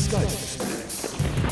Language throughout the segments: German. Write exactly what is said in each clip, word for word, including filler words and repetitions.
Dübels Geistesblitz.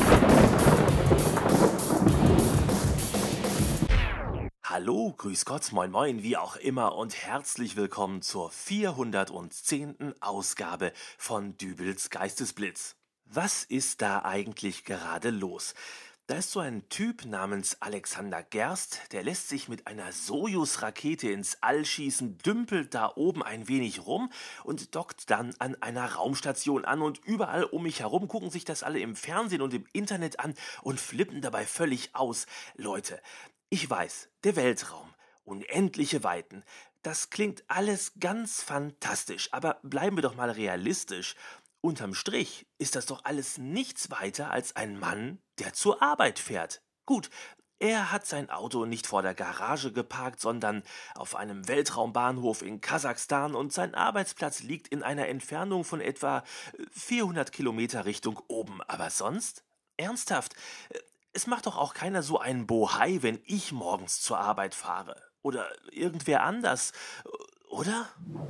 Hallo, grüß Gott, moin moin, wie auch immer und herzlich willkommen zur vierhundertzehnten Ausgabe von Dübels Geistesblitz. Was ist da eigentlich gerade los? Da ist so ein Typ namens Alexander Gerst, der lässt sich mit einer Sojus-Rakete ins All schießen, dümpelt da oben ein wenig rum und dockt dann an einer Raumstation an und überall um mich herum gucken sich das alle im Fernsehen und im Internet an und flippen dabei völlig aus. Leute, ich weiß, der Weltraum, unendliche Weiten, das klingt alles ganz fantastisch, aber bleiben wir doch mal realistisch. Unterm Strich ist das doch alles nichts weiter als ein Mann, der zur Arbeit fährt. Gut, er hat sein Auto nicht vor der Garage geparkt, sondern auf einem Weltraumbahnhof in Kasachstan und sein Arbeitsplatz liegt in einer Entfernung von etwa vierhundert Kilometer Richtung oben. Aber sonst? Ernsthaft? Es macht doch auch keiner so einen Bohai, wenn ich morgens zur Arbeit fahre. Oder irgendwer anders, oder?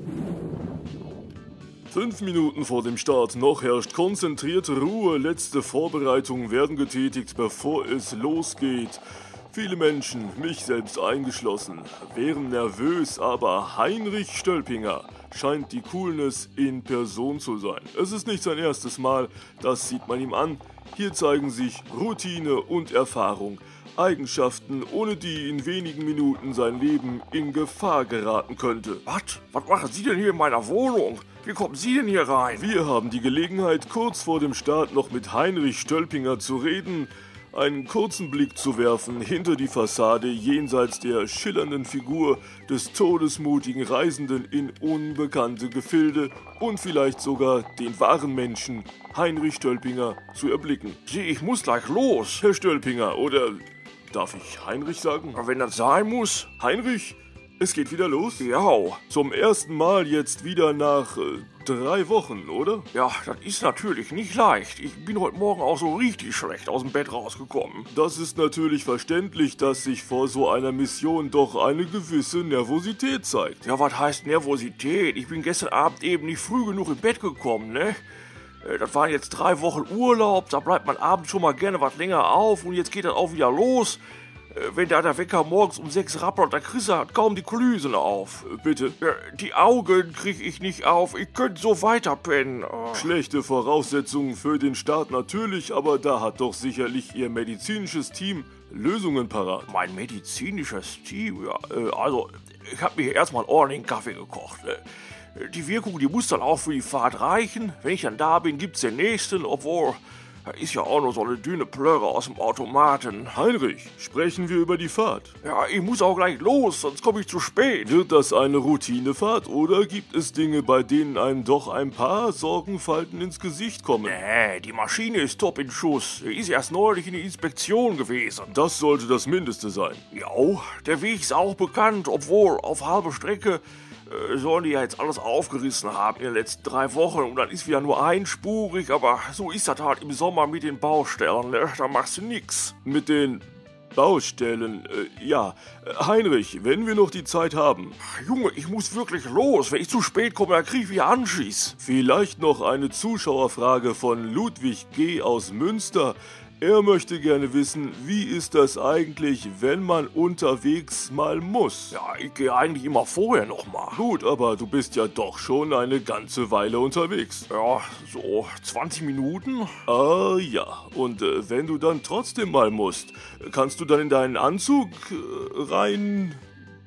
Fünf Minuten vor dem Start, noch herrscht konzentrierte Ruhe, letzte Vorbereitungen werden getätigt, bevor es losgeht. Viele Menschen, mich selbst eingeschlossen, wären nervös, aber Heinrich Stölpinger scheint die Coolness in Person zu sein. Es ist nicht sein erstes Mal, das sieht man ihm an. Hier zeigen sich Routine und Erfahrung, Eigenschaften, ohne die in wenigen Minuten sein Leben in Gefahr geraten könnte. Was? Was machen Sie denn hier in meiner Wohnung? Wie kommen Sie denn hier rein? Wir haben die Gelegenheit, kurz vor dem Start noch mit Heinrich Stölpinger zu reden, einen kurzen Blick zu werfen hinter die Fassade jenseits der schillernden Figur des todesmutigen Reisenden in unbekannte Gefilde und vielleicht sogar den wahren Menschen, Heinrich Stölpinger, zu erblicken. Sie, ich muss gleich los. Herr Stölpinger, oder darf ich Heinrich sagen? Wenn das sein muss. Heinrich, es geht wieder los? Ja. Zum ersten Mal jetzt wieder nach äh, drei Wochen, oder? Ja, das ist natürlich nicht leicht. Ich bin heute Morgen auch so richtig schlecht aus dem Bett rausgekommen. Das ist natürlich verständlich, dass sich vor so einer Mission doch eine gewisse Nervosität zeigt. Ja, was heißt Nervosität? Ich bin gestern Abend eben nicht früh genug im Bett gekommen, ne? Das waren jetzt drei Wochen Urlaub, da bleibt man abends schon mal gerne was länger auf und jetzt geht das auch wieder los. Wenn da der Wecker morgens um sechs rappelt, da kriegst du kaum die Klüsen auf. Bitte? Die Augen krieg ich nicht auf, ich könnte so weiterpennen. Oh. Schlechte Voraussetzungen für den Start natürlich, aber da hat doch sicherlich Ihr medizinisches Team Lösungen parat. Mein medizinisches Team? Ja, also, ich habe mir erstmal einen ordentlichen Kaffee gekocht, ne? Die Wirkung, die muss dann auch für die Fahrt reichen. Wenn ich dann da bin, gibt's den nächsten, obwohl, da ist ja auch nur so eine dünne Plörre aus dem Automaten. Heinrich, sprechen wir über die Fahrt. Ja, ich muss auch gleich los, sonst komme ich zu spät. Wird das eine Routinefahrt oder gibt es Dinge, bei denen einem doch ein paar Sorgenfalten ins Gesicht kommen? Nee, die Maschine ist top in Schuss. Die ist erst neulich in die Inspektion gewesen. Das sollte das Mindeste sein. Ja, der Weg ist auch bekannt, obwohl auf halbe Strecke sollen die ja jetzt alles aufgerissen haben in den letzten drei Wochen und dann ist wieder nur einspurig, aber so ist das halt im Sommer mit den Baustellen, ne? Da machst du nix. Mit den Baustellen, äh, ja. Heinrich, wenn wir noch die Zeit haben. Junge, ich muss wirklich los. Wenn ich zu spät komme, dann krieg ich wieder Anschiss. Vielleicht noch eine Zuschauerfrage von Ludwig G. aus Münster. Er möchte gerne wissen, wie ist das eigentlich, wenn man unterwegs mal muss? Ja, ich gehe eigentlich immer vorher noch mal. Gut, aber du bist ja doch schon eine ganze Weile unterwegs. Ja, so zwanzig Minuten. Ah ja, und äh, wenn du dann trotzdem mal musst, kannst du dann in deinen Anzug äh, rein...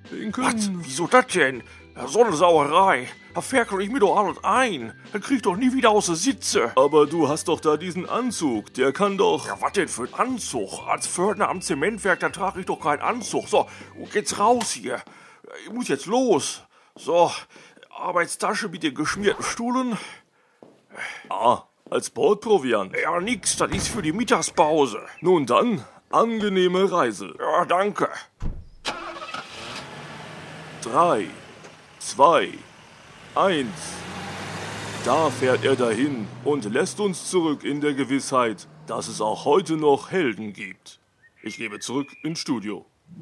Was? Wieso das denn? Ja, so eine Sauerei. Da ferkel ich mir doch alles ein. Dann krieg ich doch nie wieder aus der Sitze. Aber du hast doch da diesen Anzug. Der kann doch... Ja, was denn für ein Anzug? Als Pförtner am Zementwerk, da trage ich doch keinen Anzug. So, geht's raus hier. Ich muss jetzt los. So, Arbeitstasche mit den geschmierten Stühlen. Ah, als Bordproviant. Ja, nix. Das ist für die Mittagspause. Nun dann, angenehme Reise. Ja, danke. Drei, zwei, eins. Da fährt er dahin und lässt uns zurück in der Gewissheit, dass es auch heute noch Helden gibt. Ich gebe zurück ins Studio.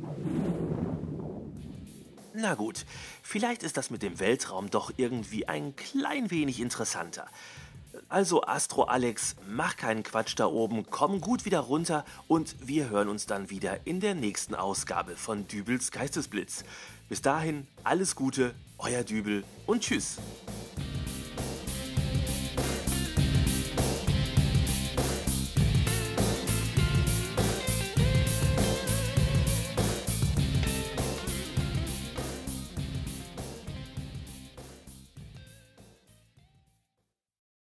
Na gut, vielleicht ist das mit dem Weltraum doch irgendwie ein klein wenig interessanter. Also Astro Alex, mach keinen Quatsch da oben, komm gut wieder runter und wir hören uns dann wieder in der nächsten Ausgabe von Dübels Geistesblitz. Bis dahin, alles Gute, euer Dübel und tschüss.